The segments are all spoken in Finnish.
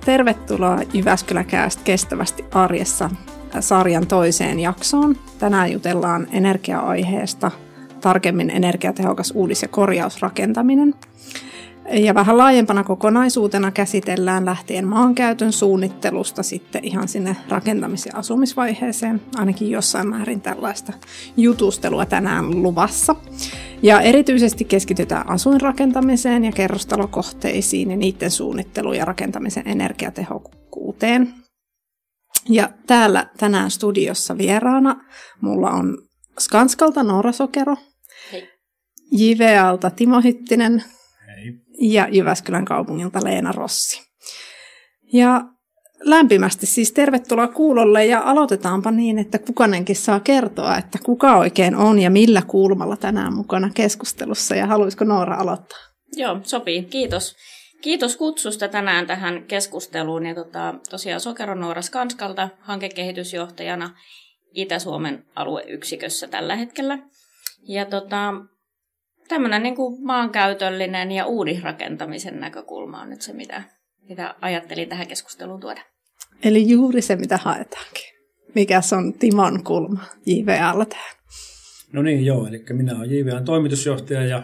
Tervetuloa Jyväskylä-Cast kestävästi arjessa sarjan toiseen jaksoon. Tänään jutellaan energia-aiheesta, tarkemmin energiatehokas uudis- ja korjausrakentaminen. Ja vähän laajempana kokonaisuutena käsitellään lähtien maankäytön suunnittelusta sitten ihan sinne rakentamis- ja asumisvaiheeseen. Ainakin jossain määrin tällaista jutustelua tänään luvassa. Ja erityisesti keskitytään asuinrakentamiseen ja kerrostalokohteisiin ja niiden suunnitteluun ja rakentamisen energiatehokkuuteen. Ja täällä tänään studiossa vieraana mulla on Skanskalta Noora Sokero, hei. JVAlta Timo Hyttinen, hei. Ja Jyväskylän kaupungilta Leena Rossi. Ja lämpimästi siis tervetuloa kuulolle ja aloitetaanpa niin, että kukainenkin saa kertoa, että kuka oikein on ja millä kulmalla tänään mukana keskustelussa. Ja haluaisiko Noora aloittaa? Joo, sopii. Kiitos. Kiitos kutsusta tänään tähän keskusteluun. Ja tosiaan Sokero Noora Skanskalta hankekehitysjohtajana Itä-Suomen alueyksikössä tällä hetkellä. Ja tämmöinen niin kuin maankäytöllinen ja uudisrakentamisen näkökulma on nyt se, mitä ajattelin tähän keskusteluun tuoda. Eli juuri se, mitä haetaankin. Mikäs on Timon kulma JVAlla tähän? No niin, joo. Eli minä olen JVAn toimitusjohtaja ja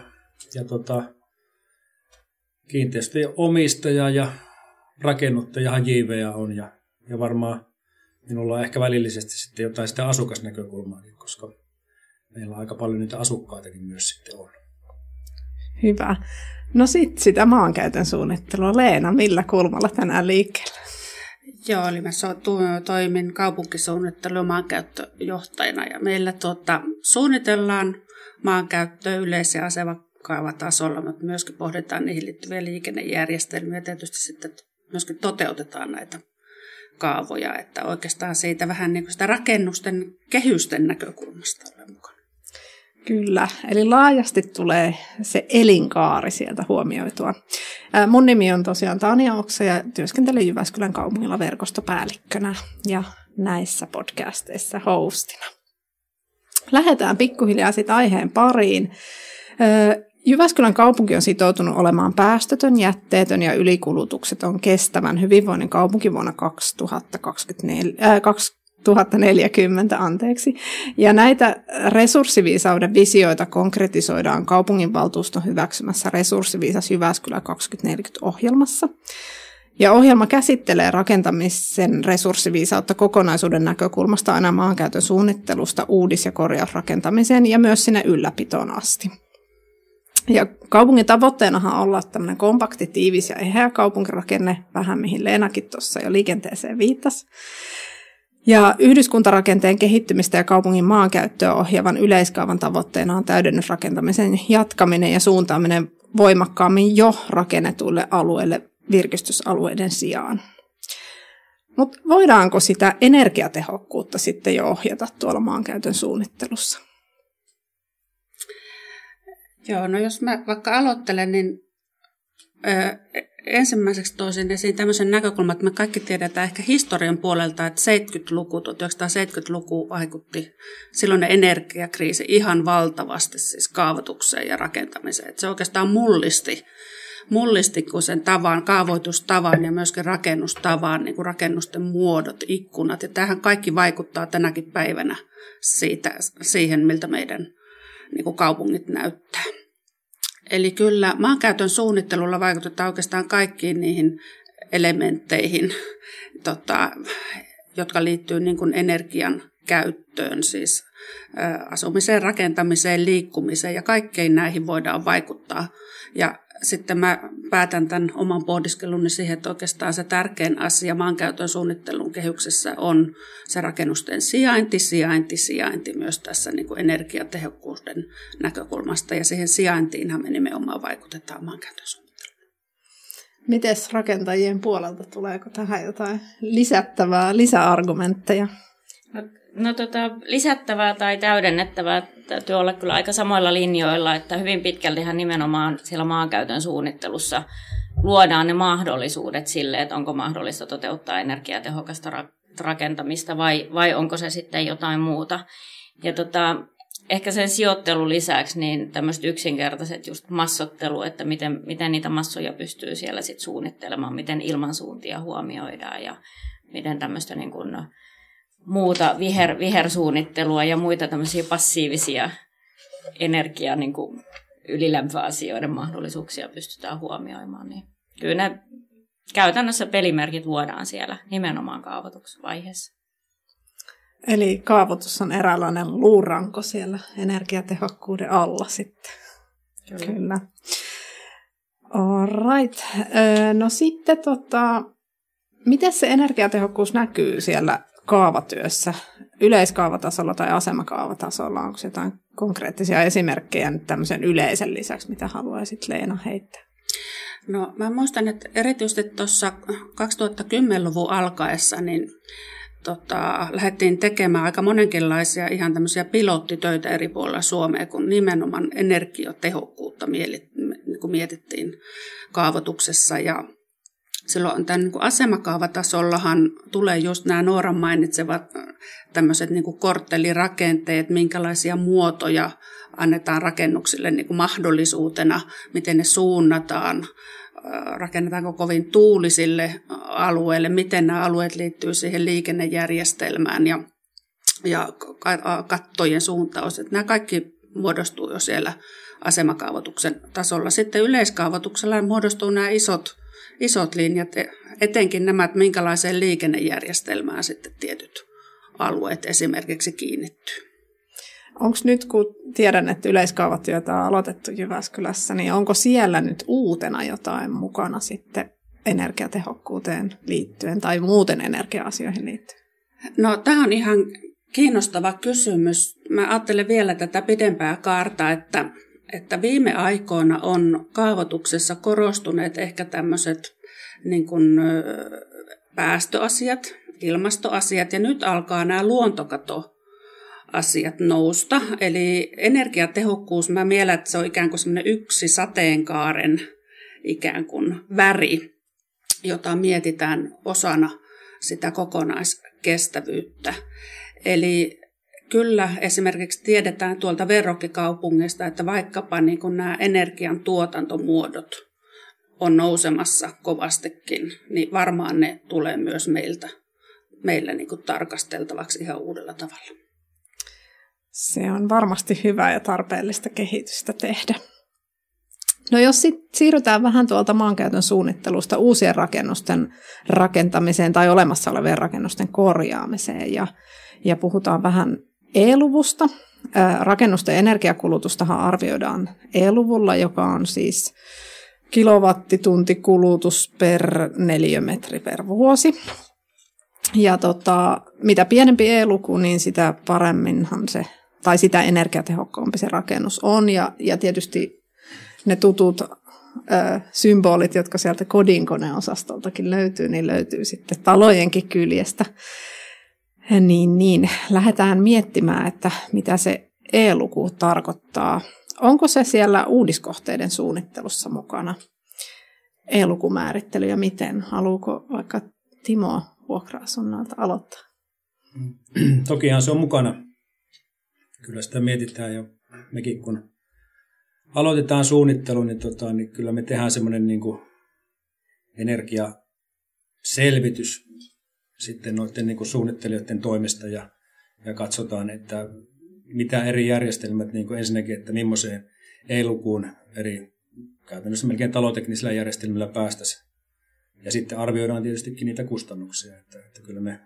kiinteistöjen omistaja ja rakennuttajahan JVA on. Ja varmaan minulla on ehkä välillisesti sitten jotain sitä asukasnäkökulmaakin, koska meillä on aika paljon niitä asukkaitakin myös sitten on. Hyvä. No sitten sitä maankäytön suunnittelua. Leena, millä kulmalla tänään liikkeellä? Joo, eli mä toimin kaupunkisuunnittelu- ja maankäyttöjohtajana. Ja meillä suunnitellaan maankäyttöä yleis- ja asemakaavatasolla, mutta myöskin pohditaan niihin liittyviä liikennejärjestelmiä. Tietysti sitten myöskin toteutetaan näitä kaavoja, että oikeastaan siitä vähän niin kuin sitä rakennusten kehysten näkökulmasta ole mukana. Kyllä, eli laajasti tulee se elinkaari sieltä huomioitua. Mun nimi on tosiaan Tanja Oksa ja työskentelen Jyväskylän kaupungilla verkostopäällikkönä ja näissä podcasteissa hostina. Lähdetään pikkuhiljaa sitten aiheen pariin. Jyväskylän kaupunki on sitoutunut olemaan päästötön, jätteetön ja ylikulutukseton kestävän hyvinvoinnin kaupunki vuonna 2040. Ja näitä resurssiviisauden visioita konkretisoidaan kaupunginvaltuuston hyväksymässä Resurssiviisas Jyväskylä 2040-ohjelmassa. Ja ohjelma käsittelee rakentamisen resurssiviisautta kokonaisuuden näkökulmasta aina maankäytön suunnittelusta uudis- ja korjausrakentamiseen ja myös sinne ylläpitoon asti. Ja kaupungin tavoitteenahan on olla tämmöinen kompakti, tiivis ja eheä kaupunkirakenne, vähän mihin Leenakin tuossa jo liikenteeseen viittasi. Ja yhdyskuntarakenteen kehittymistä ja kaupungin maankäyttöä ohjaavan yleiskaavan tavoitteena on täydennysrakentamisen jatkaminen ja suuntaaminen voimakkaammin jo rakennetuille alueille virkistysalueiden sijaan. Mutta voidaanko sitä energiatehokkuutta sitten jo ohjata tuolla maankäytön suunnittelussa? Joo, no jos mä vaikka aloittelen, niin ensimmäiseksi toisin esiin tämmöisen näkökulman, että me kaikki tiedetään ehkä historian puolelta, että 1970-luku vaikutti silloinen energiakriisi ihan valtavasti siis kaavoitukseen ja rakentamiseen. Että se oikeastaan mullisti kun sen tavan, kaavoitustavan ja myöskin rakennustavan, niin kuin rakennusten muodot, ikkunat. Ja tämähän kaikki vaikuttaa tänäkin päivänä siihen, miltä meidän niin kuin kaupungit näyttää. Eli kyllä maankäytön suunnittelulla vaikutetaan oikeastaan kaikkiin niihin elementteihin, jotka liittyy niin kuin energian käyttöön, siis asumiseen, rakentamiseen, liikkumiseen ja kaikkein näihin voidaan vaikuttaa. Ja sitten mä päätän tämän oman pohdiskeluni siihen, että oikeastaan se tärkein asia maankäytön suunnittelun kehyksessä on se rakennusten sijainti myös tässä niin kuin energiatehokkuuden näkökulmasta. Ja siihen sijaintiinhan me nimenomaan vaikutetaan maankäytön suunnitteluun. Mites rakentajien puolelta, tuleeko tähän jotain lisäargumentteja? No lisättävää tai täydennettävää täytyy olla kyllä aika samoilla linjoilla, että hyvin pitkältihän nimenomaan siellä maankäytön suunnittelussa luodaan ne mahdollisuudet sille, että onko mahdollista toteuttaa energiatehokasta rakentamista vai onko se sitten jotain muuta. Ja ehkä sen sijoittelun lisäksi niin tämmöiset yksinkertaiset just massottelu, että miten niitä massoja pystyy siellä sit suunnittelemaan, miten ilmansuuntia huomioidaan ja miten tämmöistä niin kuin muuta vihersuunnittelua ja muita tämmöisiä passiivisia energia niin kuin ylilämpöasioiden mahdollisuuksia pystytään huomioimaan. Niin kyllä ne käytännössä pelimerkit luodaan siellä nimenomaan kaavoitusvaiheessa. Eli kaavoitus on eräänlainen luuranko siellä energiatehokkuuden alla sitten. Kyllä. All right. No sitten miten se energiatehokkuus näkyy siellä kaavatyössä, yleiskaavatasolla tai asemakaavatasolla? Onko jotain konkreettisia esimerkkejä nyt tämmöisen yleisen lisäksi, mitä haluaisit Leena heittää? No mä muistan, että erityisesti tuossa 2010-luvun alkaessa niin lähdettiin tekemään aika monenkinlaisia ihan tämmöisiä pilottitöitä eri puolilla Suomea, kun nimenomaan energiatehokkuutta mietittiin kaavoituksessa. Ja silloin tämän niin kuin asemakaavatasollahan tulee just nämä Nooran mainitsevat tämmöiset niin kuin korttelirakenteet, minkälaisia muotoja annetaan rakennuksille niin kuin mahdollisuutena, miten ne suunnataan, rakennetaanko kovin tuulisille alueille, miten nämä alueet liittyy siihen liikennejärjestelmään ja kattojen suuntaus. Että nämä kaikki muodostuu jo siellä asemakaavoituksen tasolla. Sitten yleiskaavoituksella muodostuu nämä isot linjat, etenkin nämä, että minkälaiseen liikennejärjestelmään sitten tietyt alueet esimerkiksi kiinnittyy. Onko nyt, kun tiedän, että yleiskaavatyötä on aloitettu Jyväskylässä, niin onko siellä nyt uutena jotain mukana sitten energiatehokkuuteen liittyen tai muuten energia-asioihin liittyen? No tämä on ihan kiinnostava kysymys. Mä ajattelen vielä tätä pidempää kaarta, että viime aikoina on kaavoituksessa korostuneet ehkä tämmöiset niin kuin päästöasiat, ilmastoasiat ja nyt alkaa nämä luontokatoasiat nousta. Eli energiatehokkuus, mä mielen, että se on ikään kuin semmoinen yksi sateenkaaren ikään kuin väri, jota mietitään osana sitä kokonaiskestävyyttä. Eli kyllä esimerkiksi tiedetään tuolta verrokkikaupungista, että vaikkapa niin kuin nämä energian tuotantomuodot on nousemassa kovastikin, niin varmaan ne tulee myös meillä niin kuin tarkasteltavaksi ihan uudella tavalla. Se on varmasti hyvää ja tarpeellista kehitystä tehdä. No jos sitten siirrytään vähän tuolta maankäytön suunnittelusta uusien rakennusten rakentamiseen tai olemassa olevien rakennusten korjaamiseen ja puhutaan vähän E-luvusta. Rakennusten energiakulutustahan arvioidaan E-luvulla, joka on siis kilowattituntikulutus per neliömetri per vuosi. Ja mitä pienempi E-luku, niin sitä paremminhan se, tai sitä energiatehokkaampi se rakennus on. Ja tietysti ne tutut symbolit, jotka sieltä kodinkoneosastoltakin löytyy, niin löytyy sitten talojenkin kyljestä. Niin, lähdetään miettimään, että mitä se E-luku tarkoittaa. Onko se siellä uudiskohteiden suunnittelussa mukana? E-lukumäärittely ja miten? Haluuko vaikka Timo vuokra-asunnolta aloittaa? Tokihan se on mukana. Kyllä sitä mietitään jo mekin, kun aloitetaan suunnittelu, niin kyllä me tehdään semmoinen niin kuin energiaselvitys sitten noiden niin kuin suunnittelijoiden toimesta ja katsotaan, että mitä eri järjestelmät, niin kuin ensinnäkin, että millaiseen E-lukuun eri käytännössä melkein taloteknisillä järjestelmillä päästäisiin. Ja sitten arvioidaan tietystikin niitä kustannuksia, että kyllä me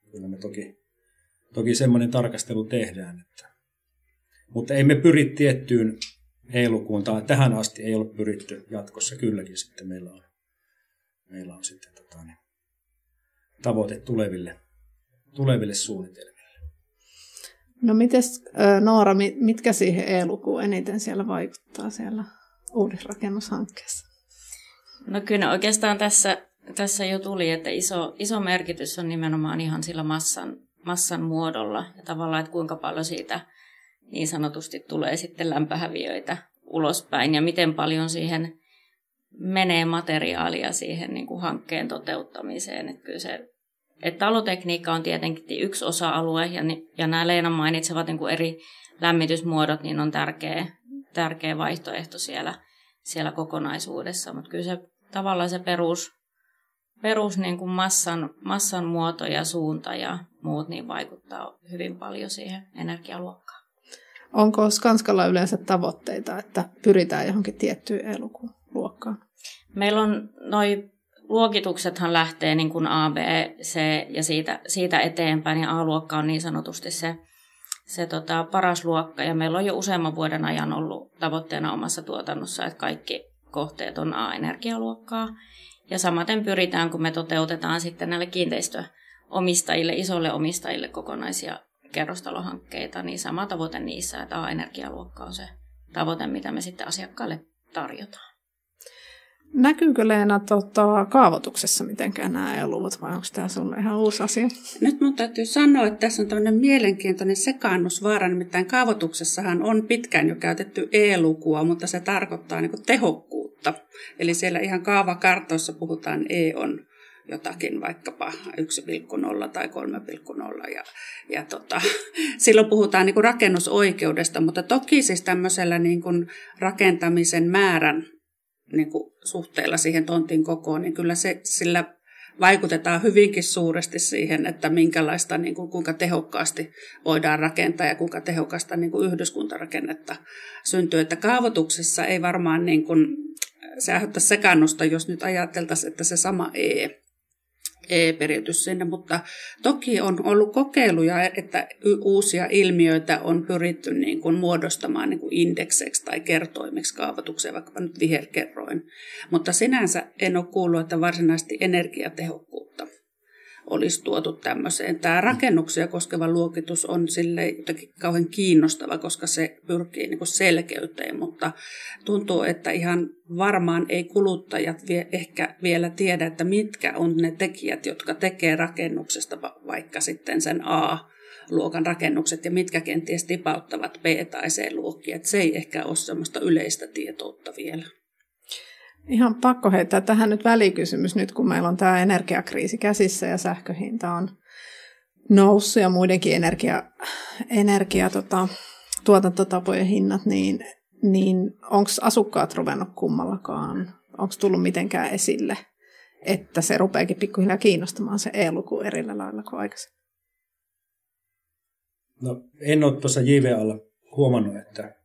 toki semmoinen tarkastelu tehdään. Mutta emme pyri tiettyyn E-lukuun, tai tähän asti ei ole pyritty, jatkossa kylläkin sitten meillä on sitten tavoite tuleville suunnitelmille. No mites Noora, mitkä siihen E-lukuun eniten siellä vaikuttaa siellä uudisrakennushankkeessa? No kyllä oikeastaan tässä jo tuli, että iso merkitys on nimenomaan ihan sillä massan muodolla ja tavallaan, että kuinka paljon siitä niin sanotusti tulee sitten lämpöhäviöitä ulospäin ja miten paljon siihen menee materiaalia siihen niin kuin hankkeen toteuttamiseen. Että kyllä se, että talotekniikka on tietenkin yksi osa-alue ja nämä Leenan mainitsevat niin kuin eri lämmitysmuodot niin on tärkeä vaihtoehto siellä kokonaisuudessa. Mutta kyllä se tavallaan se perus niin kuin massan muoto ja suunta ja muut niin vaikuttaa hyvin paljon siihen energialuokkaan. Onko Skanskalla yleensä tavoitteita, että pyritään johonkin tiettyyn E-lukuluokkaan? Meillä on noi luokituksethan lähtee niin kuin A, B, C ja siitä eteenpäin. Ja A-luokka on niin sanotusti se paras luokka. Ja meillä on jo useamman vuoden ajan ollut tavoitteena omassa tuotannossa, että kaikki kohteet on A-energialuokkaa. Ja samaten pyritään, kun me toteutetaan sitten näille kiinteistöomistajille, isoille omistajille kokonaisia kerrostalohankkeita, niin sama tavoite niissä, että A-energialuokka on se tavoite, mitä me sitten asiakkaalle tarjotaan. Näkyykö Leena kaavoituksessa mitenkään nämä E-luvut vai onko tämä sinulle ihan uusi asia? Nyt minun täytyy sanoa, että tässä on tämmöinen mielenkiintoinen sekaannusvaara, nimittäin kaavoituksessahan on pitkään jo käytetty E-lukua, mutta se tarkoittaa niin kuin tehokkuutta. Eli siellä ihan kaavakartoissa puhutaan E on jotakin vaikkapa 1,0 tai 3,0 ja silloin puhutaan niin kuin rakennusoikeudesta, mutta toki siis tämmöisellä niin kuin rakentamisen määrän niin kuin suhteella siihen tontin kokoon, niin kyllä sillä vaikutetaan hyvinkin suuresti siihen, että minkälaista, niin kuin, kuinka tehokkaasti voidaan rakentaa ja kuinka tehokasta niin kuin yhdyskuntarakennetta syntyy. Että kaavoituksessa ei varmaan, niin kuin, se aiheuttaisi sekaannusta, jos nyt ajateltaisiin, että se sama E-periytys sinne, mutta toki on ollut kokeiluja, että uusia ilmiöitä on pyritty niin kuin muodostamaan niin kuin indekseiksi tai kertoimiksi kaavoitukseen, vaikka nyt viherkerroin. Mutta sinänsä en ole kuullut, että varsinaisesti energiatehokkuutta olisi tuotu tämmöiseen. Tämä rakennuksia koskeva luokitus on sille jotenkin kauhean kiinnostava, koska se pyrkii niin kuin selkeyteen, mutta tuntuu, että ihan varmaan ei kuluttajat ehkä vielä tiedä, että mitkä on ne tekijät, jotka tekee rakennuksesta vaikka sitten sen A-luokan rakennukset ja mitkä kenties tipauttavat B- tai C-luokkia. Se ei ehkä ole sellaista yleistä tietoutta vielä. Ihan pakko heittää tähän nyt välikysymys nyt, kun meillä on tämä energiakriisi käsissä ja sähköhinta on noussut ja muidenkin tuotantotapojen hinnat, niin onko asukkaat ruvennut kummallakaan? Onko tullut mitenkään esille, että se rupeakin pikkuhiljaa kiinnostamaan se E-luku erillä lailla kuin aikaisemmin? No, en ole tuossa JVAlla huomannut,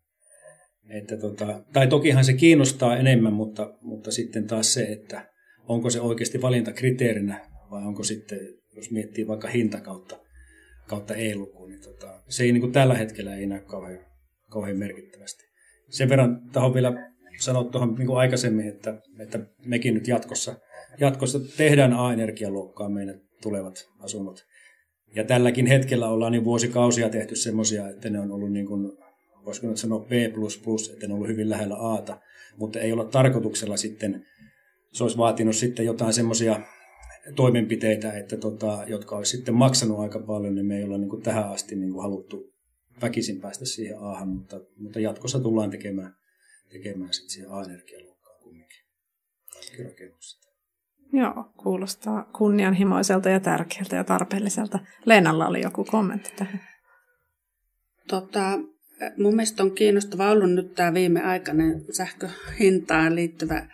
tai tokihan se kiinnostaa enemmän, mutta sitten taas se, että onko se oikeasti valintakriteerinä vai onko sitten, jos miettii vaikka hinta kautta E-luku, niin se ei niin kuin tällä hetkellä ei näy kauhean merkittävästi. Sen verran tahdon vielä sanoa tuohon niin kuin aikaisemmin, että mekin nyt jatkossa tehdään A-energialuokkaa meidän tulevat asunnot. Ja tälläkin hetkellä ollaan niin vuosikausia tehty semmoisia, että ne on ollut niin kuin, voisiko nyt sanoa B++, että ne on ollut hyvin lähellä A:ta, mutta ei olla tarkoituksella sitten, se olisi vaatinut sitten jotain semmoisia toimenpiteitä, että jotka olisi sitten maksanut aika paljon, niin me ei olla niin kuin tähän asti niin kuin haluttu väkisin päästä siihen A:han, mutta jatkossa tullaan tekemään sitten siihen A-energialuokkaan kumminkin. Kaikki rakennukset. Joo, kuulostaa kunnianhimoiselta ja tärkeältä ja tarpeelliselta. Leenalla oli joku kommentti tähän. Mun mielestä on kiinnostava ollut nyt tämä viimeaikainen sähköhintaan liittyvä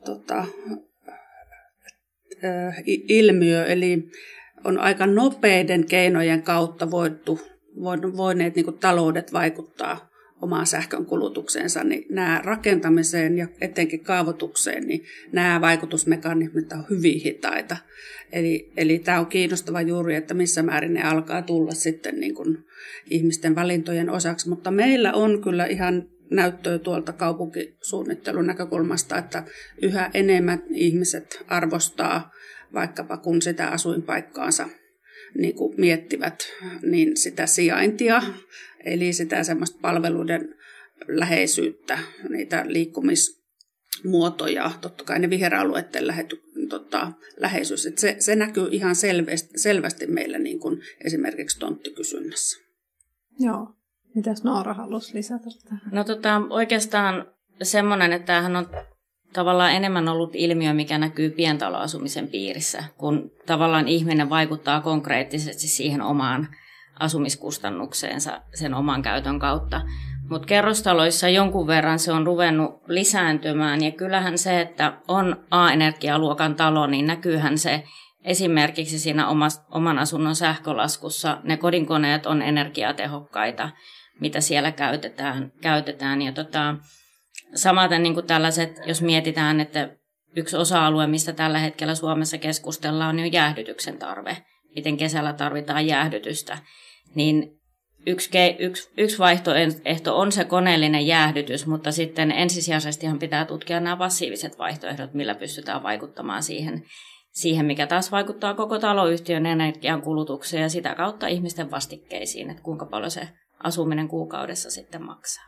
ilmiö, eli on aika nopeiden keinojen kautta voineet niin kuin taloudet vaikuttaa omaan sähkön kulutukseensa, niin nämä rakentamiseen ja etenkin kaavoitukseen, niin nämä vaikutusmekanismit on hyvin hitaita. Eli tämä on kiinnostava juuri, että missä määrin ne alkaa tulla sitten niin kuin ihmisten valintojen osaksi. Mutta meillä on kyllä ihan näyttöä tuolta kaupunkisuunnittelun näkökulmasta, että yhä enemmän ihmiset arvostaa vaikkapa kun sitä asuinpaikkaansa niin kuin miettivät, niin sitä sijaintia, eli sitä semmoista palveluiden läheisyyttä, niitä liikkumismuotoja, totta kai ne viheralueiden läheisyys. Että se näkyy ihan selvästi meillä niin kuin esimerkiksi tonttikysynnässä. Joo. Mitäs Noora halusi lisätä tähän? No oikeastaan semmoinen, että tämähän on tavallaan enemmän ollut ilmiö, mikä näkyy pientaloasumisen piirissä, kun tavallaan ihminen vaikuttaa konkreettisesti siihen omaan asumiskustannukseensa sen oman käytön kautta. Mutta kerrostaloissa jonkun verran se on ruvennut lisääntymään, ja kyllähän se, että on A-energialuokan talo, niin näkyyhän se esimerkiksi siinä oman asunnon sähkölaskussa. Ne kodinkoneet on energiatehokkaita, mitä siellä käytetään. Ja samaten niin kuin tällaiset, jos mietitään, että yksi osa-alue, mistä tällä hetkellä Suomessa keskustellaan, niin on jäähdytyksen tarve. Miten kesällä tarvitaan jäähdytystä. Niin yksi vaihtoehto on se koneellinen jäähdytys, mutta sitten ensisijaisestihan pitää tutkia nämä passiiviset vaihtoehdot, millä pystytään vaikuttamaan siihen, mikä taas vaikuttaa koko taloyhtiön energian kulutukseen ja sitä kautta ihmisten vastikkeisiin, että kuinka paljon se asuminen kuukaudessa sitten maksaa.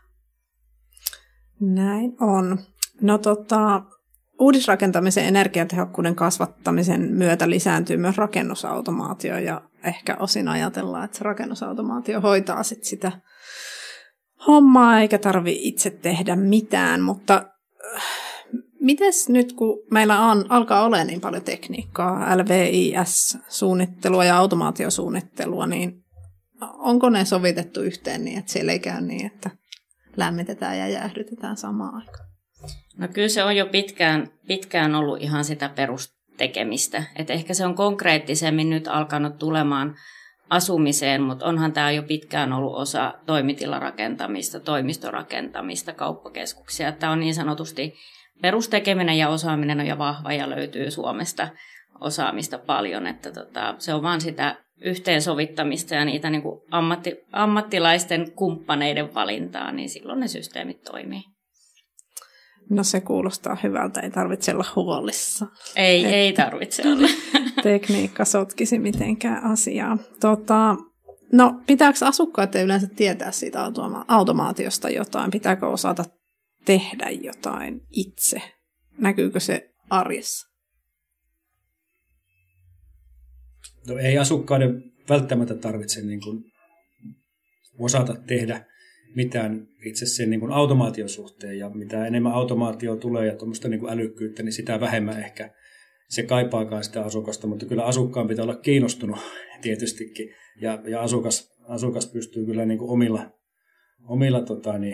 Näin on. No uudisrakentamisen energiatehokkuuden kasvattamisen myötä lisääntyy myös rakennusautomaatio ja ehkä osin ajatellaan, että se rakennusautomaatio hoitaa sit sitä hommaa eikä tarvitse itse tehdä mitään, mutta mites nyt kun meillä alkaa olla niin paljon tekniikkaa, LVIS-suunnittelua ja automaatiosuunnittelua, niin onko ne sovitettu yhteen niin, että siellä ei käy niin, että lämmitetään ja jäähdytetään samaan aikaan? No kyllä se on jo pitkään ollut ihan sitä perustekemistä. Et ehkä se on konkreettisemmin nyt alkanut tulemaan asumiseen, mutta onhan tämä jo pitkään ollut osa toimitilarakentamista, toimistorakentamista, kauppakeskuksia. Tämä on niin sanotusti perustekeminen ja osaaminen on jo vahva ja löytyy Suomesta osaamista paljon. Että se on vaan sitä yhteensovittamista ja niitä niin kuin ammattilaisten kumppaneiden valintaa, niin silloin ne systeemit toimii. No se kuulostaa hyvältä, ei tarvitse olla huolissaan. Ei tarvitse olla. Tekniikka sotkisi mitenkään asiaa. No pitääkö asukkaat yleensä tietää siitä automaatiosta jotain? Pitääkö osata tehdä jotain itse? Näkyykö se arjessa? No ei asukkaiden välttämättä tarvitse niin kuin osata tehdä mitään itse sen niin kuin automaation suhteen, ja mitä enemmän automaatio tulee ja tuommoista niin kuin älykkyyttä, niin sitä vähemmän ehkä se kaipaakaan sitä asukasta, mutta kyllä asukkaan pitää olla kiinnostunut tietystikin, ja asukas pystyy kyllä niin kuin omilla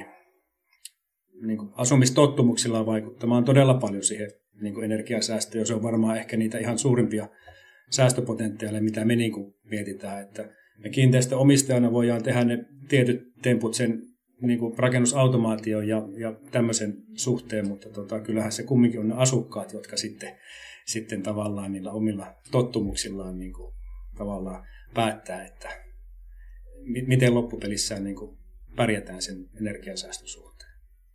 niin kuin asumistottumuksillaan vaikuttamaan todella paljon siihen niin kuin energiasäästöön, ja se on varmaan ehkä niitä ihan suurimpia säästöpotentiaaleja, mitä me niin kuin mietitään, että me kiinteistöomistajana voidaan tehdä ne tietyt temput sen niin kuin rakennusautomaation ja tämmöisen suhteen, mutta kyllähän se kumminkin on ne asukkaat, jotka sitten tavallaan niillä omilla tottumuksillaan niin kuin tavallaan päättää, että miten loppupelissään niin kuin pärjätään sen energiansäästön suhteen.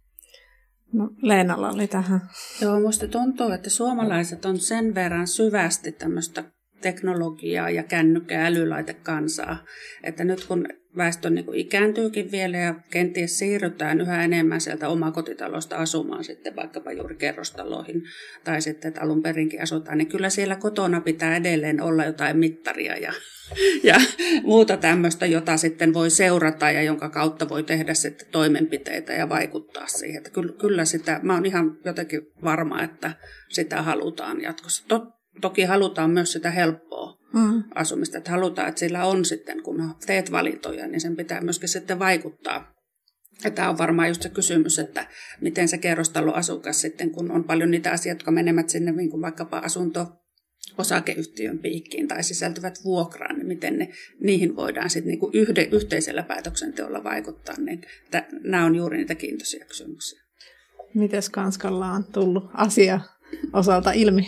No, Leenalla oli tähän. Joo, musta tuntuu, että suomalaiset on sen verran syvästi tämmöistä teknologiaa ja kännykkä- ja älylaitekansaa, että nyt kun väestö niin kuin ikääntyykin vielä ja kenties siirrytään yhä enemmän sieltä omakotitalosta asumaan sitten vaikkapa juuri kerrostaloihin tai sitten, että alun perinkin asutaan, niin kyllä siellä kotona pitää edelleen olla jotain mittaria ja muuta tämmöistä, jota sitten voi seurata ja jonka kautta voi tehdä sitten toimenpiteitä ja vaikuttaa siihen. Että kyllä sitä, mä oon ihan jotenkin varma, että sitä halutaan jatkossa. Toki halutaan myös sitä helppoa asumista, että halutaan, että sillä on sitten, kun teet valintoja, niin sen pitää myöskin sitten vaikuttaa. Ja tämä on varmaan just se kysymys, että miten se kerrostaloasukas sitten, kun on paljon niitä asioita, jotka menevät sinne niin kuin vaikkapa asunto-osakeyhtiön piikkiin tai sisältyvät vuokraan, niin miten niihin voidaan sitten niin kuin yhteisellä päätöksenteolla vaikuttaa, niin nämä on juuri niitä kiintoisia kysymyksiä. Mites Kanskalla on tullut asia osalta ilmi?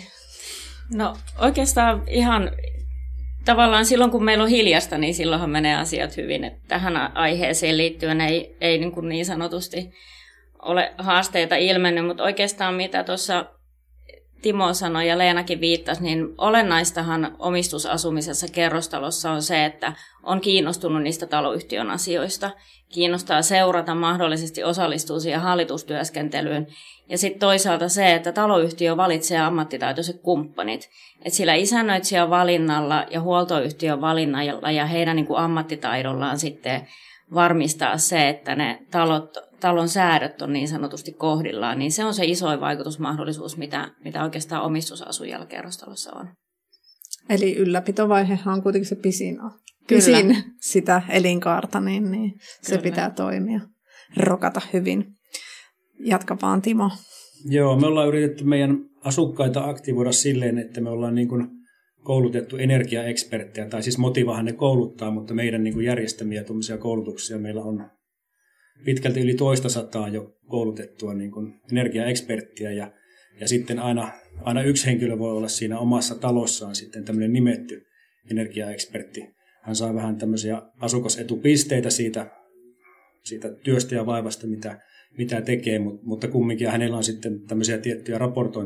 No oikeastaan ihan tavallaan silloin, kun meillä on hiljasta, niin silloinhan menee asiat hyvin. Että tähän aiheeseen liittyen ei niin sanotusti ole haasteita ilmennyt, mutta oikeastaan mitä tuossa Timo sanoi ja Leenakin viittasi, niin olennaistahan omistusasumisessa kerrostalossa on se, että on kiinnostunut niistä taloyhtiön asioista, kiinnostaa seurata, mahdollisesti osallistuu siihen hallitustyöskentelyyn. Ja sitten toisaalta se, että taloyhtiö valitsee ammattitaitoiset kumppanit. Että sillä isännöitsijän valinnalla ja huoltoyhtiön valinnalla ja heidän niin kuin ammattitaidollaan sitten varmistaa se, että ne talon säädöt on niin sanotusti kohdillaan, niin se on se isoin vaikutusmahdollisuus, mitä oikeastaan omistusasujalla kerrostalossa on. Eli ylläpitovaihehan on kuitenkin se pisin pisin sitä elinkaarta, niin se pitää toimia, rokata hyvin. Jatka vaan, Timo. Joo, me ollaan yritetty meidän asukkaita aktivoida silleen, että me ollaan niin kuin koulutettu energiaeksperttejä, tai siis Motivahan ne kouluttaa, mutta meidän niin kuin järjestämiä koulutuksia meillä on pitkälti yli 200 jo koulutettua niin kuin energiaeksperttiä, ja sitten aina yksi henkilö voi olla siinä omassa talossaan sitten tämmöinen nimetty energiaekspertti. Hän saa vähän tämmöisiä asukasetupisteitä siitä työstä ja vaivasta, mitä tekee, mutta kumminkin hänellä on sitten tämmöisiä tiettyjä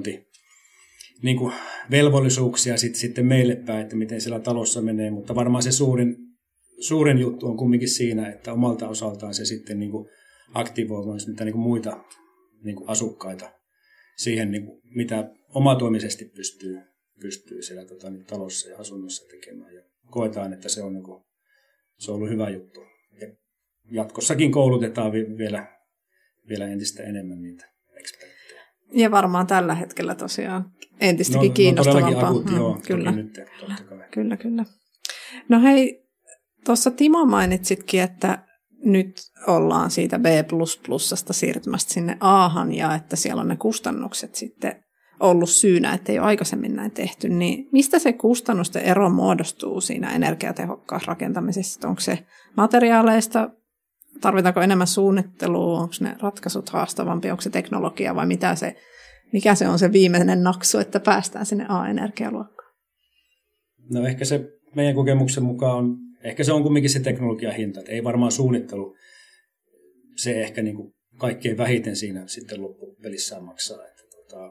niin kuin velvollisuuksia sitten meille päin, että miten siellä talossa menee, mutta varmaan se suurin juttu on kumminkin siinä, että omalta osaltaan se sitten niin kuin aktivoi niitä niin kuin muita niin kuin asukkaita siihen, niin kuin, mitä omatoimisesti pystyy siellä talossa ja asunnossa tekemään. Ja koetaan, että se on ollut hyvä juttu. Ja jatkossakin koulutetaan vielä entistä enemmän niitä eksperttejä. Ja varmaan tällä hetkellä tosiaan entistäkin kiinnostavampaa. Kyllä. Nyt, kyllä. No hei, tuossa Timo mainitsitkin, että nyt ollaan siitä B++:sta siirtymästä sinne A:han ja että siellä on ne kustannukset sitten ollut syynä, että ei ole aikaisemmin näin tehty. Niin mistä se kustannusten ero muodostuu siinä energiatehokkaassa rakentamisessa? Onko se materiaaleista? Tarvitaanko enemmän suunnittelua? Onko ne ratkaisut haastavampi? Onko se teknologia vai mikä se on se viimeinen naksu, että päästään sinne A-energialuokkaan? No ehkä se meidän kokemuksen mukaan ehkä se on kumminkin se teknologian hinta. Että ei varmaan suunnittelu se ehkä niin kuin kaikkein vähiten siinä sitten loppupelissään maksaa. Että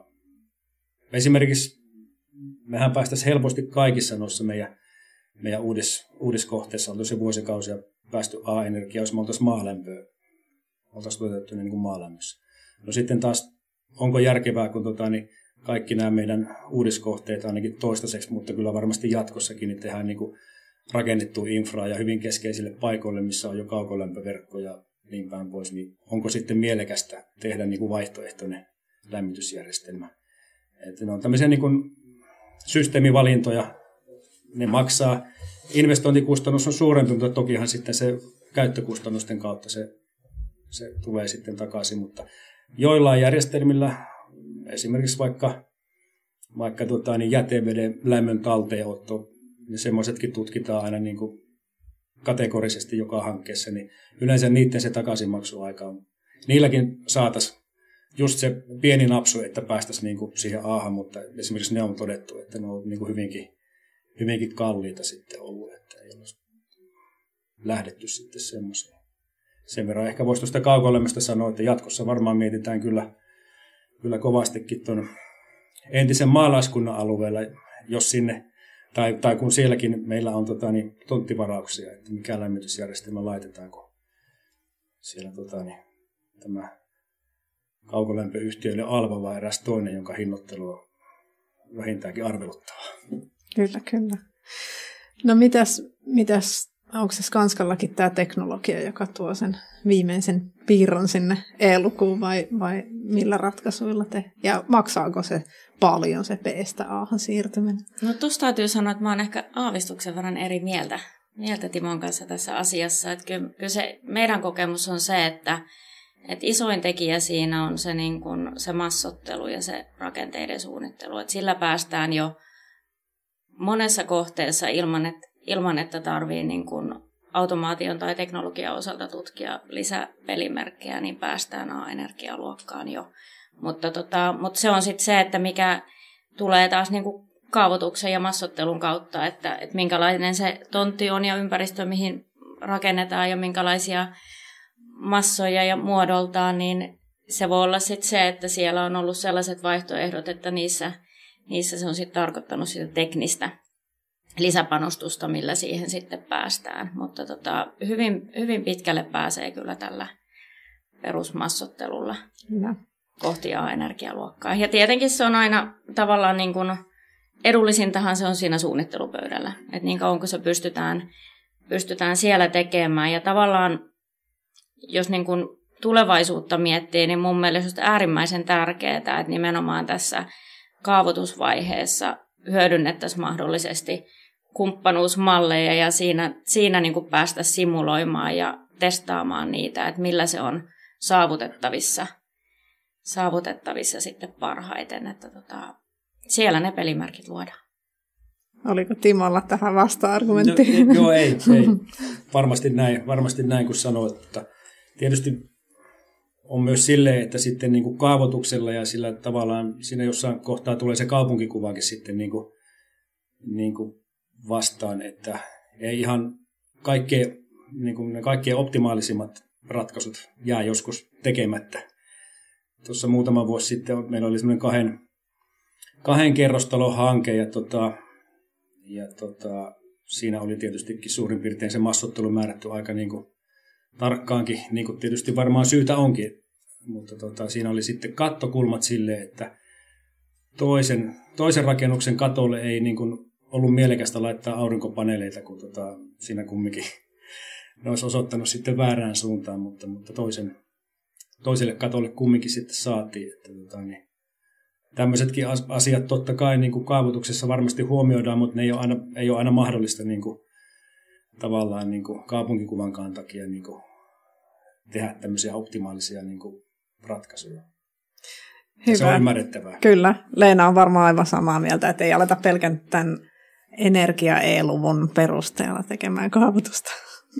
esimerkiksi mehän päästäisiin helposti kaikissa noissa meidän uudiskohteissa. On tosi vuosikausia päästy A-energiaa, jos me oltaisiin maalämpöä. Oltaisiin tuotettu niin kuin maalämmössä. No sitten taas, onko järkevää, kun niin kaikki nämä meidän uudiskohteet ainakin toistaiseksi, mutta kyllä varmasti jatkossakin niin tehdään niin kuin rakennettua infraa ja hyvin keskeisille paikoille, missä on jo kaukolämpöverkko ja niin päin pois, niin onko sitten mielekästä tehdä niin kuin vaihtoehtoinen lämmitysjärjestelmä. Että ne on tämmöisiä niin kuin systeemivalintoja, ne maksaa. Investointikustannus on suurempi, mutta tokihan sitten se käyttökustannusten kautta se tulee sitten takaisin, mutta joillain järjestelmillä, esimerkiksi vaikka niin jäteveden lämmön talteenotto, niin semmoisetkin tutkitaan aina niin kuin kategorisesti joka hankkeessa, niin yleensä niiden se takaisinmaksuaika on. Niilläkin saataisiin just se pieni napsu, että päästäisiin niin kuin siihen A:han, mutta esimerkiksi ne on todettu, että ne on niin kuin hyvinkin kalliita sitten ollut, että ei ole lähdetty sitten semmoiseen. Sen verran ehkä voisi tuosta kaukolämmöstä sanoa, että jatkossa varmaan mietitään kyllä kovastikin tuon entisen maalaiskunnan alueella, jos sinne, tai kun sielläkin meillä on tonttivarauksia, että mikä lämmitysjärjestelmä laitetaan, kun siellä tämä kaukolämpöyhtiöille Alva vai eräs toinen, jonka hinnoittelu on vähintäänkin arveluttavaa. Kyllä. No mitäs onko se Skanskallakin tämä teknologia, joka tuo sen viimeisen piirron sinne E-lukuun vai millä ratkaisuilla ja maksaako se paljon se B:stä A:han siirtyminen? No tuossa täytyy sanoa, että mä oon ehkä aavistuksen verran eri mieltä Timon kanssa tässä asiassa. Että kyllä se meidän kokemus on se, että isoin tekijä siinä on se, niin kun, se massottelu ja se rakenteiden suunnittelu. Että sillä päästään jo monessa kohteessa ilman että tarvii niin kun automaation tai teknologian osalta tutkia lisäpelimerkkejä, niin päästään A-energialuokkaan jo. Mutta se on sitten se, että mikä tulee taas niin kuin kaavoituksen ja massottelun kautta, että minkälainen se tontti on ja ympäristö, mihin rakennetaan ja minkälaisia massoja ja muodoltaan, niin se voi olla sitten se, että siellä on ollut sellaiset vaihtoehdot, että niissä se on sitten tarkoittanut sitä teknistä lisäpanostusta, millä siihen sitten päästään. Mutta hyvin pitkälle pääsee kyllä tällä perusmassottelulla kohti A-energialuokkaa. Ja tietenkin se on aina tavallaan niin kuin edullisintahan se on siinä suunnittelupöydällä. Että niin kauan kun se pystytään siellä tekemään. Ja tavallaan, jos niin kuin tulevaisuutta miettii, niin mun mielestä on äärimmäisen tärkeää, että nimenomaan tässä kaavoitusvaiheessa hyödynnettäisiin mahdollisesti kumppanuusmalleja ja siinä niin kuin päästä simuloimaan ja testaamaan niitä, että millä se on saavutettavissa sitten parhaiten, että siellä ne pelimerkit luodaan. Oliko Timolla tähän vasta-argumentti? No, joo, ei. Varmasti näin, kun sanoit. Että tietysti on myös silleen, että sitten niin kuin kaavoituksella ja sillä tavallaan siinä jossain kohtaa tulee se kaupunkikuvakin sitten niin kuin vastaan, että ei ihan ne kaikkein optimaalisimmat ratkaisut jää joskus tekemättä. Tuossa muutama vuosi sitten meillä oli semmoinen kahden kerrostalon hanke ja siinä oli tietystikin suurin piirtein se massottelu määrätty aika niin kuin tarkkaankin, niin kuin tietysti varmaan syytä onkin, mutta siinä oli sitten kattokulmat silleen, että toisen rakennuksen katolle ei niin kuin ollut mielekästä laittaa aurinkopaneeleita, kun siinä kumminkin ne olisi osoittanut sitten väärään suuntaan, mutta toiselle katolle kumminkin sitten saatiin. Että tämmöisetkin asiat totta kai niin kuin kaavoituksessa varmasti huomioidaan, mutta ne ei ole aina mahdollista niin kuin, tavallaan niin kuin kaupunkikuvankaan takia niin kuin, tehdä tämmöisiä optimaalisia niin kuin, ratkaisuja. Hyvä. Se on ymmärrettävää. Kyllä. Leena on varmaan aivan samaa mieltä, että ei aleta pelkän tämän energia-e-luvun perusteella tekemään kaavoitusta.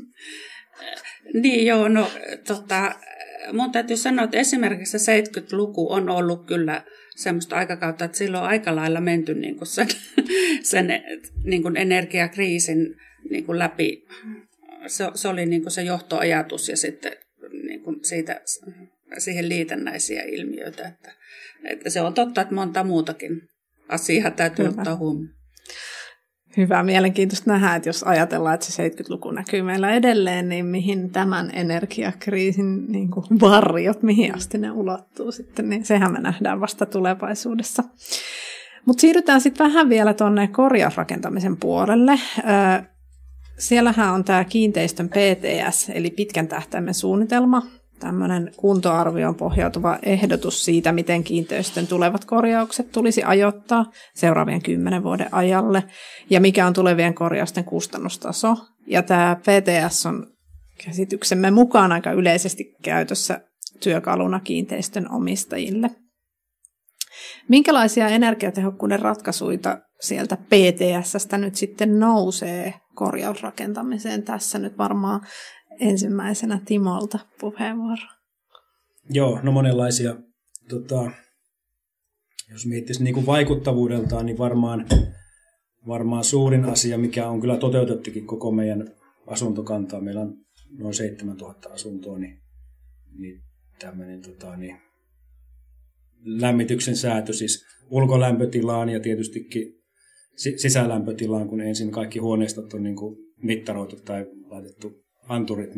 Niin joo, no mun täytyy sanoa, että esimerkiksi 70-luku on ollut kyllä semmoista aikakautta, että silloin on aika lailla menty niin kuin sen niin kuin energiakriisin niin kuin läpi. Se oli niin kuin se johtoajatus ja sitten niin kuin siihen liitännäisiä ilmiöitä. Että se on totta, että monta muutakin asiaa täytyy ottaa huomioon. Hyvä, mielenkiintoista nähdä, että jos ajatellaan, että se 70-luku näkyy meillä edelleen, niin mihin tämän energiakriisin niin kuin varjot, mihin asti ne ulottuu sitten, niin sehän me nähdään vasta tulevaisuudessa. Mutta siirrytään sitten vähän vielä tuonne korjausrakentamisen puolelle. Siellähän on tämä kiinteistön PTS, eli pitkän tähtäimen suunnitelma, tämmöinen kuntoarvioon pohjautuva ehdotus siitä, miten kiinteistön tulevat korjaukset tulisi ajoittaa seuraavien 10 vuoden ajalle, ja mikä on tulevien korjausten kustannustaso. Ja tämä PTS on käsityksemme mukaan aika yleisesti käytössä työkaluna kiinteistön omistajille. Minkälaisia energiatehokkuuden ratkaisuja sieltä PTS:stä nyt sitten nousee korjausrakentamiseen? Tässä nyt varmaan ensimmäisenä Timolta puheenvuoro. Joo, no monenlaisia. Jos miettisi niin kuin vaikuttavuudeltaan, niin varmaan suurin asia, mikä on kyllä toteutettukin koko meidän asuntokantaa, meillä on noin 7000 asuntoa, niin tämmöinen lämmityksen säätö, siis ulkolämpötilaan ja tietystikin sisälämpötilaan, kun ensin kaikki huoneistot on niin kuin mittaroitu tai laitettu anturit,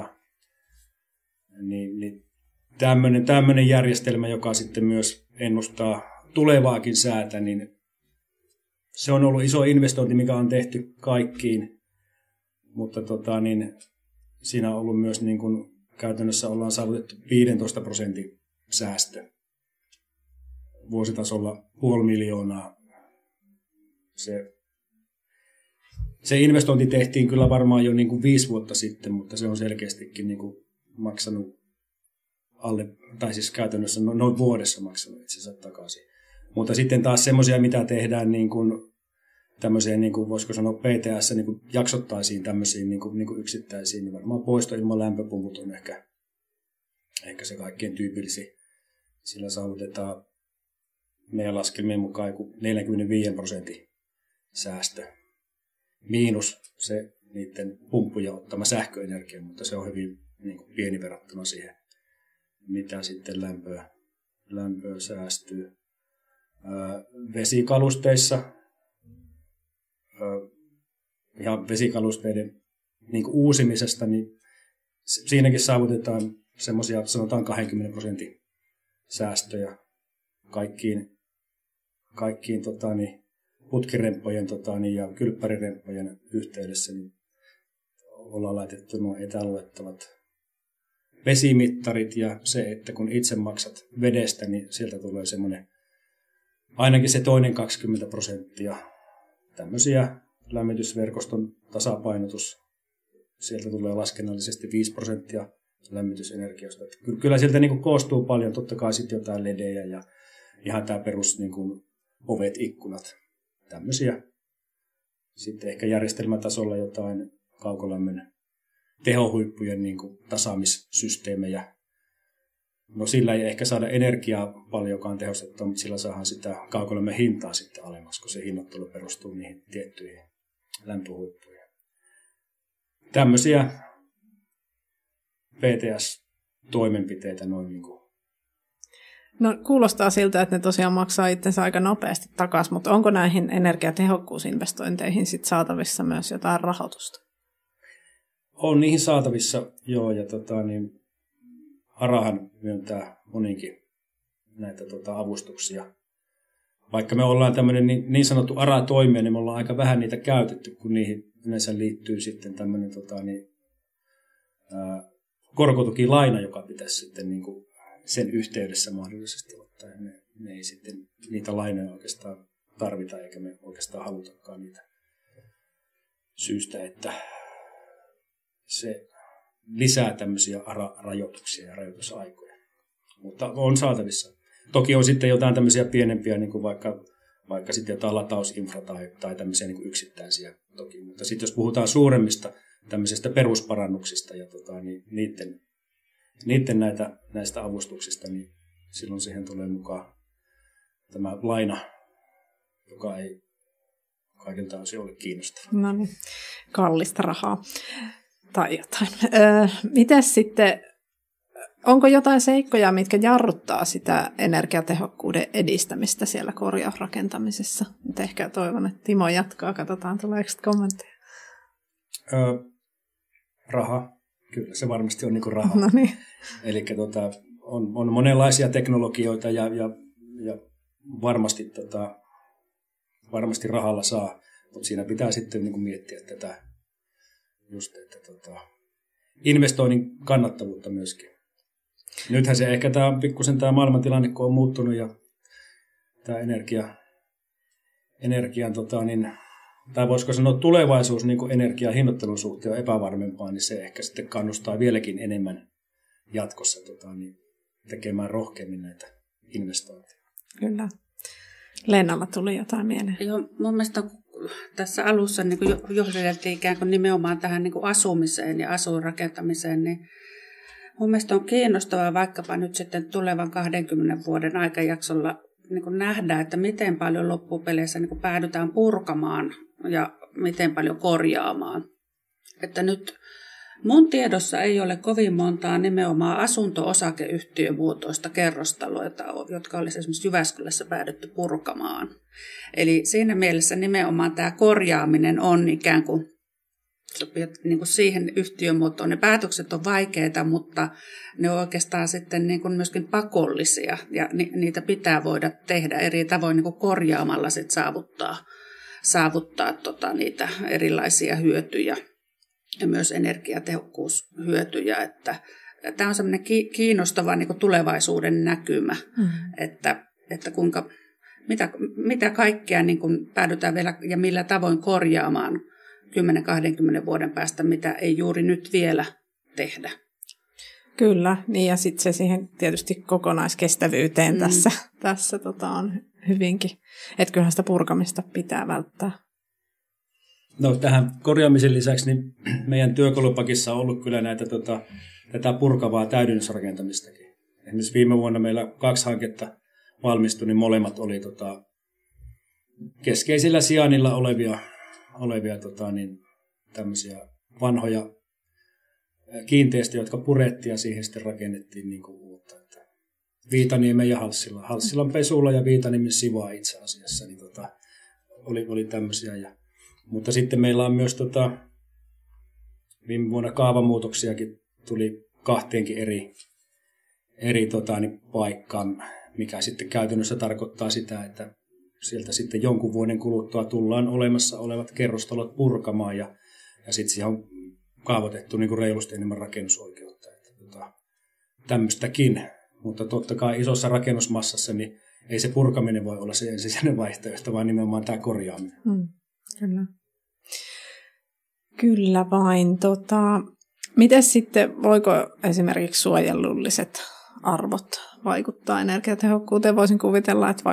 niin tämmöinen järjestelmä, joka sitten myös ennustaa tulevaakin säätä, niin se on ollut iso investointi, mikä on tehty kaikkiin, mutta siinä on ollut myös niin kuin käytännössä ollaan saavutettu 15% säästö. Vuositasolla 500 000. Se investointi tehtiin kyllä varmaan jo niin kuin 5 vuotta sitten, mutta se on selkeästikin niin kuin maksanut tai siis käytännössä noin vuodessa maksanut itsensä takaisin. Mutta sitten taas semmoisia, mitä tehdään niin kuin tämmöiseen, niin kuin voisiko sanoa PTS, niin kuin jaksottaisiin tämmöisiin niin kuin yksittäisiin, niin varmaan poisto ilman lämpöpumput on ehkä se kaikkein tyypillisin. Sillä saavutetaan meidän laskelmien mukaan joku 45% säästö. Miinus se niiden pumppuja ottama sähköenergia, mutta se on hyvin niin kuin pieni verrattuna siihen, mitä sitten lämpöä säästyy. Vesikalusteissa, ihan vesikalusteiden niin kuin uusimisesta, niin siinäkin saavutetaan semmoisia, sanotaan 20% säästöjä kaikkiin putkiremppojen ja kylppäriremppojen yhteydessä, niin ollaan laitettu nuo etäluettavat vesimittarit ja se, että kun itse maksat vedestä, niin sieltä tulee semmoinen ainakin se toinen 20% tämmöisiä lämmitysverkoston tasapainotus. Sieltä tulee laskennallisesti 5% lämmitysenergiasta. Kyllä sieltä niin kuin koostuu paljon, totta kai sitten jotain ledejä ja ihan tämä perus niin kuin ovet, ikkunat, tämmöisiä. Sitten ehkä järjestelmätasolla jotain kaukolämmön tehohuippujen niin kuin tasaamissysteemejä. No sillä ei ehkä saada energiaa paljonkaan tehostettua, mutta sillä saadaan sitä kaukolämmön hintaa sitten alemmas, kun se hinnoittelu perustuu niihin tiettyihin lämpöhuippuihin. Tämmöisiä PTS-toimenpiteitä noin niin kuin. No kuulostaa siltä, että ne tosiaan maksaa itsensä aika nopeasti takaisin, mutta onko näihin energiatehokkuusinvestointeihin sit saatavissa myös jotain rahoitusta? On niihin saatavissa, joo, ja ARAhan myöntää moninkin näitä avustuksia. Vaikka me ollaan tämmöinen niin sanottu ARA-toimija, niin me ollaan aika vähän niitä käytetty, kun niihin yleensä liittyy sitten tämmöinen korkotukilaina, joka pitäisi sitten niin kuin sen yhteydessä mahdollisesti ottaa. Me ei sitten niitä lainoja oikeastaan tarvita, eikä me oikeastaan halutakaan niitä syystä, että se lisää tämmöisiä rajoituksia ja rajoitusaikoja. Mutta on saatavissa. Toki on sitten jotain tämmöisiä pienempiä, niin kuin vaikka sitten jotain latausinfra tai tämmöisiä niin kuin yksittäisiä toki. Mutta sitten jos puhutaan suuremmista tämmöisistä perusparannuksista ja niin niiden näistä avustuksista, niin silloin siihen tulee mukaan tämä laina, joka ei kaikilta osin ole kiinnostava. No niin, kallista rahaa tai jotain. Mites sitten, onko jotain seikkoja, mitkä jarruttaa sitä energiatehokkuuden edistämistä siellä korjausrakentamisessa? Nyt ehkä toivon, että Timo jatkaa. Katsotaan, tuleeko kommentteja. Raha. Kyllä, se varmasti on niin kuin raha. No niin. Eli on monenlaisia teknologioita ja varmasti rahalla saa, mutta siinä pitää sitten niin kuin miettiä tätä just, että investoinnin kannattavuutta myöskin. Nythän se ehkä pikkusen tämä maailmantilanne, kun on muuttunut ja tämä energian tai voisiko sanoa tulevaisuus niin kuin energian hinnoittelun suhteen on epävarmempaa, niin se ehkä sitten kannustaa vieläkin enemmän jatkossa tekemään rohkeammin näitä investointeja. Kyllä. Lennalla tuli jotain mieleen. Joo, mun mielestä tässä alussa niin johdeltiin ikään kuin nimenomaan tähän niin kuin asumiseen ja asuinrakentamiseen, niin mun mielestä on kiinnostavaa vaikkapa nyt sitten tulevan 20 vuoden aikajaksolla niin kuin nähdä, että miten paljon loppupeleissä niin kuin päädytään purkamaan ja miten paljon korjaamaan. Että nyt mun tiedossa ei ole kovin montaa nimenomaan asunto-osakeyhtiömuotoista kerrostaloa, jotka olisi esimerkiksi Jyväskylässä päädytty purkamaan. Eli siinä mielessä nimenomaan tämä korjaaminen on ikään kuin niin kuin siihen yhtiömuotoon. Ne päätökset on vaikeita, mutta ne on oikeastaan sitten niin kuin myöskin pakollisia ja niitä pitää voida tehdä eri tavoin niin kuin korjaamalla sit saavuttaa niitä erilaisia hyötyjä ja myös energiatehokkuushyötyjä. Että tämä on semmoinen kiinnostava niin kuin tulevaisuuden näkymä, että kuinka, mitä kaikkea niin kuin päädytään vielä ja millä tavoin korjaamaan 10-20 vuoden päästä, mitä ei juuri nyt vielä tehdä. Kyllä, niin ja sitten se siihen tietysti kokonaiskestävyyteen tässä on hyvinkin. Että kyllähän sitä purkamista pitää välttää. No tähän korjaamisen lisäksi niin meidän työkalupakissa on ollut kyllä näitä tätä purkavaa täydennysrakentamistakin. Esimerkiksi viime vuonna meillä 2 hanketta valmistui, niin molemmat oli keskeisillä sijainnilla olevia tämmöisiä vanhoja kiinteistöjä, jotka purettiin ja siihen sitten rakennettiin niin kuin uutta. Viitaniemen ja Halssilan Pesulla ja Viitaniemen Sivaa itse asiassa niin oli tämmöisiä. Mutta sitten meillä on myös viime vuonna kaavamuutoksiakin tuli 2 eri paikkaan, mikä sitten käytännössä tarkoittaa sitä, että sieltä sitten jonkun vuoden kuluttua tullaan olemassa olevat kerrostalot purkamaan ja sitten siihen on kaavoitettu niin kuin reilusti enemmän rakennusoikeutta. Tämmöistäkin, mutta totta kai isossa rakennusmassassa niin ei se purkaminen voi olla se ensisijainen vaihtoehto, vaan nimenomaan tämä korjaaminen. Kyllä. Kyllä vain. Miten sitten, voiko esimerkiksi suojelulliset arvot vaikuttaa energiatehokkuuteen? Voisin kuvitella, että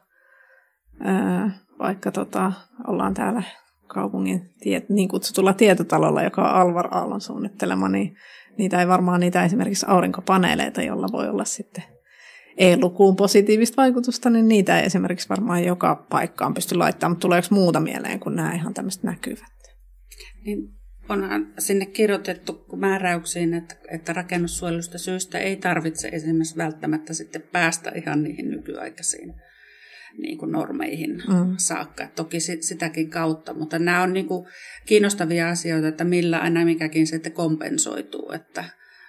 vaikka ollaan täällä kaupungin niin kutsutulla tietotalolla, joka on Alvar Aallon suunnittelema, niin niitä esimerkiksi aurinkopaneeleita, jolla voi olla sitten E-lukuun positiivista vaikutusta, niin niitä ei esimerkiksi varmaan joka paikkaan pysty laittamaan, mutta tuleeko muuta mieleen kuin nämä ihan tämmöiset näkyvät? Niin onhan sinne kirjoitettu määräyksiin, että rakennussuojelusta syystä ei tarvitse esimerkiksi välttämättä sitten päästä ihan niihin nykyaikaisiin niin kuin normeihin saakka. Toki sitäkin kautta, mutta nämä on niin kuin kiinnostavia asioita, että millä aina mikäkin sitten kompensoituu, että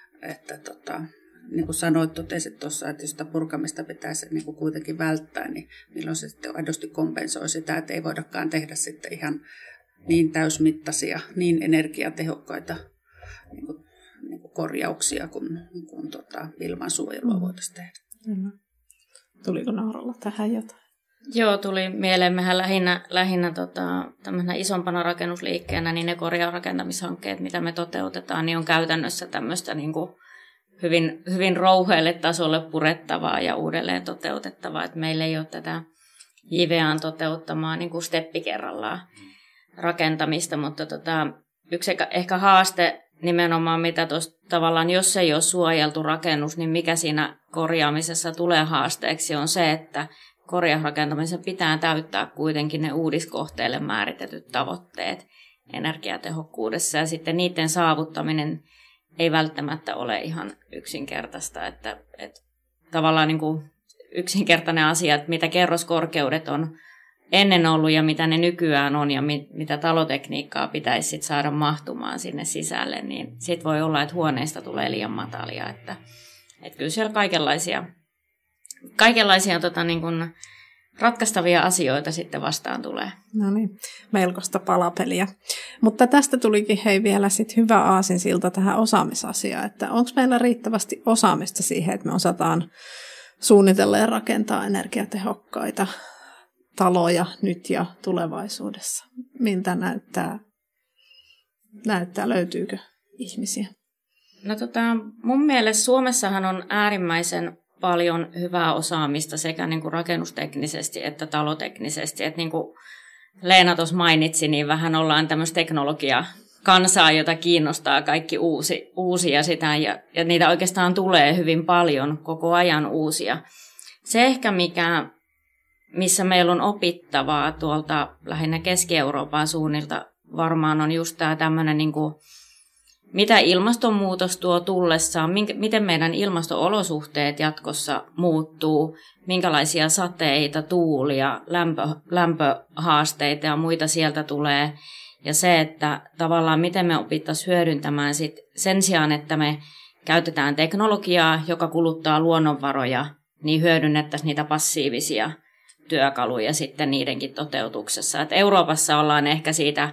niin kuin sanoit, totesit tuossa, että jos sitä purkamista pitäisi niin kuin kuitenkin välttää, niin milloin se sitten aidosti kompensoi sitä, että ei voidakaan tehdä sitten ihan niin täysmittaisia, niin energiatehokkaita niin kuin korjauksia kuin ilmansuojelua voitaisiin tehdä. Tuliko Nauralla tähän jotain? Joo, tuli mieleen. Mehän lähinnä tämmöisenä isompana rakennusliikkeenä, niin ne korjausrakentamishankkeet, mitä me toteutetaan, niin on käytännössä tämmöistä niin kuin hyvin, hyvin rouheelle tasolle purettavaa ja uudelleen toteutettavaa. Että meillä ei ole tätä JVAn toteuttamaa niin kuin steppi kerrallaan rakentamista, mutta yksi ehkä haaste nimenomaan, mitä tuossa tavallaan, jos ei ole suojeltu rakennus, niin mikä siinä korjaamisessa tulee haasteeksi, on se, että korjausrakentamisen pitää täyttää kuitenkin ne uudiskohteelle määritetyt tavoitteet energiatehokkuudessa, ja sitten niiden saavuttaminen ei välttämättä ole ihan yksinkertaista, että tavallaan niin kuin yksinkertainen asia, että mitä kerroskorkeudet on ennen ollut ja mitä ne nykyään on ja mitä talotekniikkaa pitäisi sit saada mahtumaan sinne sisälle, niin sitten voi olla, että huoneista tulee liian matalia, että kyllä siellä kaikenlaisia niin kuin ratkaistavia asioita sitten vastaan tulee. No niin, melkoista palapeliä. Mutta tästä tulikin vielä sit hyvä aasinsilta tähän osaamisasiaan, että onko meillä riittävästi osaamista siihen, että me osataan suunnitella ja rakentaa energiatehokkaita taloja nyt ja tulevaisuudessa. Miltä näyttää, löytyykö ihmisiä? No mun mielestä Suomessahan on äärimmäisen paljon hyvää osaamista sekä niin kuin rakennusteknisesti että taloteknisesti. Että niin kuin Leena tuossa mainitsi, niin vähän ollaan tämmöistä teknologiakansaa, jota kiinnostaa kaikki uusia sitä, ja niitä oikeastaan tulee hyvin paljon, koko ajan uusia. Se ehkä missä meillä on opittavaa tuolta lähinnä Keski-Euroopan suunnilta varmaan on just tämä tämmöinen, niin kuin, mitä ilmastonmuutos tuo tullessaan, miten meidän ilmasto-olosuhteet jatkossa muuttuu, minkälaisia sateita, tuulia, lämpöhaasteita ja muita sieltä tulee. Ja se, että tavallaan miten me opittaisiin hyödyntämään sen sijaan, että me käytetään teknologiaa, joka kuluttaa luonnonvaroja, niin hyödynnettäisiin niitä passiivisia työkaluja sitten niidenkin toteutuksessa. Et Euroopassa ollaan ehkä siitä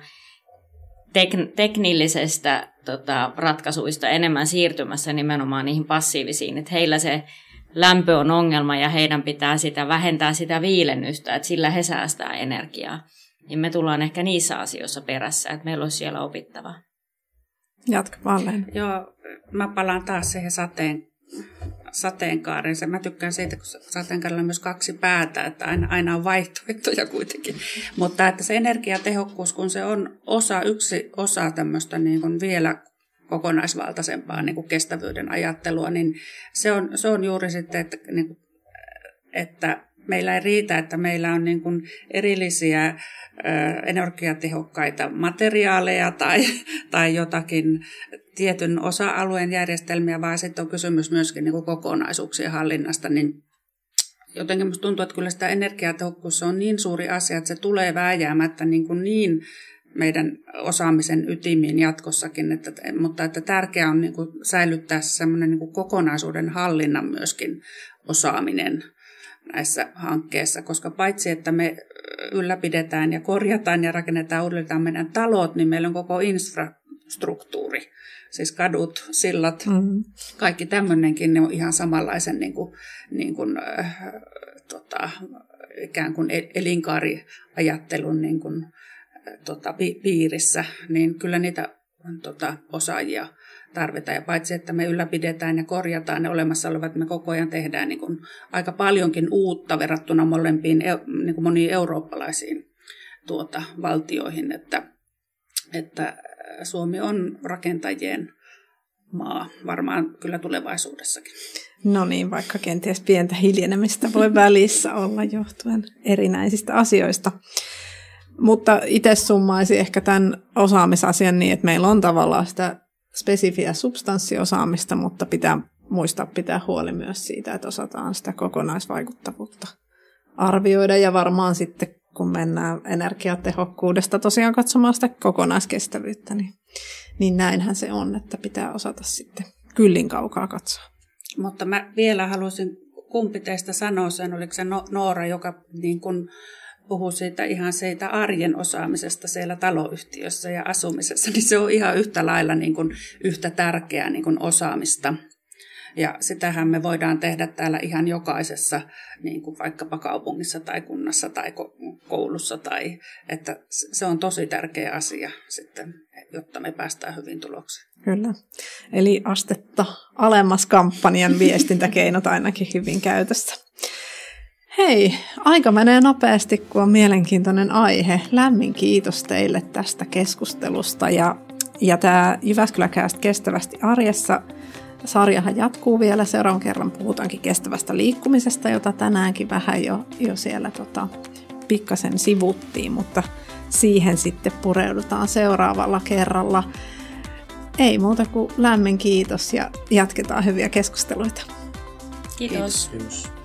teknillisestä ratkaisuista enemmän siirtymässä nimenomaan niihin passiivisiin, että heillä se lämpö on ongelma ja heidän pitää vähentää sitä viilennystä, että sillä he säästää energiaa. Niin me tullaan ehkä niissä asioissa perässä, että meillä olisi siellä opittavaa. Jatka vaan. Joo, mä palaan taas siihen sateenkaaren. Mä tykkään siitä, kun sateenkaarella on myös kaksi päätä, että aina on vaihtoehtoja kuitenkin. Mutta että se energiatehokkuus, kun se on yksi osa tämmöistä niin kuin vielä kokonaisvaltaisempaa niin kuin kestävyyden ajattelua, niin se on juuri sitten, että meillä ei riitä, että meillä on niin kuin erillisiä energiatehokkaita materiaaleja tai jotakin tietyn osa-alueen järjestelmiä, vaan sitten on kysymys myöskin niin kuin kokonaisuuksien hallinnasta. Niin jotenkin minusta tuntuu, että kyllä sitä energiatehokkuus on niin suuri asia, että se tulee vääjäämättä niin meidän osaamisen ytimiin jatkossakin, mutta että tärkeää on niin kuin säilyttää semmoinen niin kuin kokonaisuuden hallinnan myöskin osaaminen näissä hankkeissa, koska paitsi että me ylläpidetään ja korjataan ja rakennetaan uudelleen meidän talot, niin meillä on koko infrastruktuuri, siis kadut, sillat, kaikki tämmöinenkin on ihan samanlaisen ikään kuin elinkaariajattelun niin kuin piirissä, niin kyllä niitä osaajia tarvitaan. Ja paitsi, että me ylläpidetään ja korjataan ne olemassa olevat, me koko ajan tehdään niin kuin aika paljonkin uutta verrattuna molempiin niin kuin moniin eurooppalaisiin valtioihin, että Suomi on rakentajien maa varmaan kyllä tulevaisuudessakin. No niin, vaikka kenties pientä hiljenemistä voi välissä olla johtuen erinäisistä asioista. Mutta itse summaisin ehkä tämän osaamisasian niin, että meillä on tavallaan sitä spesifiä substanssiosaamista, mutta pitää muistaa pitää huoli myös siitä, että osataan sitä kokonaisvaikuttavuutta arvioida. Ja varmaan sitten, kun mennään energiatehokkuudesta tosiaan katsomaan sitä kokonaiskestävyyttä, niin näinhän se on, että pitää osata sitten kyllin kaukaa katsoa. Mutta mä vielä haluaisin, kumpi teistä sanoa sen, oliko se Noora, joka niin kuin puhuu siitä arjen osaamisesta siellä taloyhtiössä ja asumisessa, niin se on ihan yhtä lailla niin kuin yhtä tärkeää niin kuin osaamista. Ja sitähän me voidaan tehdä täällä ihan jokaisessa, niin kuin vaikkapa kaupungissa tai kunnassa tai koulussa, että se on tosi tärkeä asia sitten, jotta me päästään hyvin tuloksiin. Kyllä. Eli astetta alemmas -kampanjan viestintäkeinot ainakin hyvin käytössä. Hei, aika menee nopeasti, kun on mielenkiintoinen aihe. Lämmin kiitos teille tästä keskustelusta. Ja tämä Jyväskyläcast kestävästi arjessa -sarjahan jatkuu vielä. Seuraavan kerran puhutaankin kestävästä liikkumisesta, jota tänäänkin vähän jo siellä pikkasen sivuttiin, mutta siihen sitten pureudutaan seuraavalla kerralla. Ei muuta kuin lämmin kiitos ja jatketaan hyviä keskusteluita. Kiitos. Kiitos.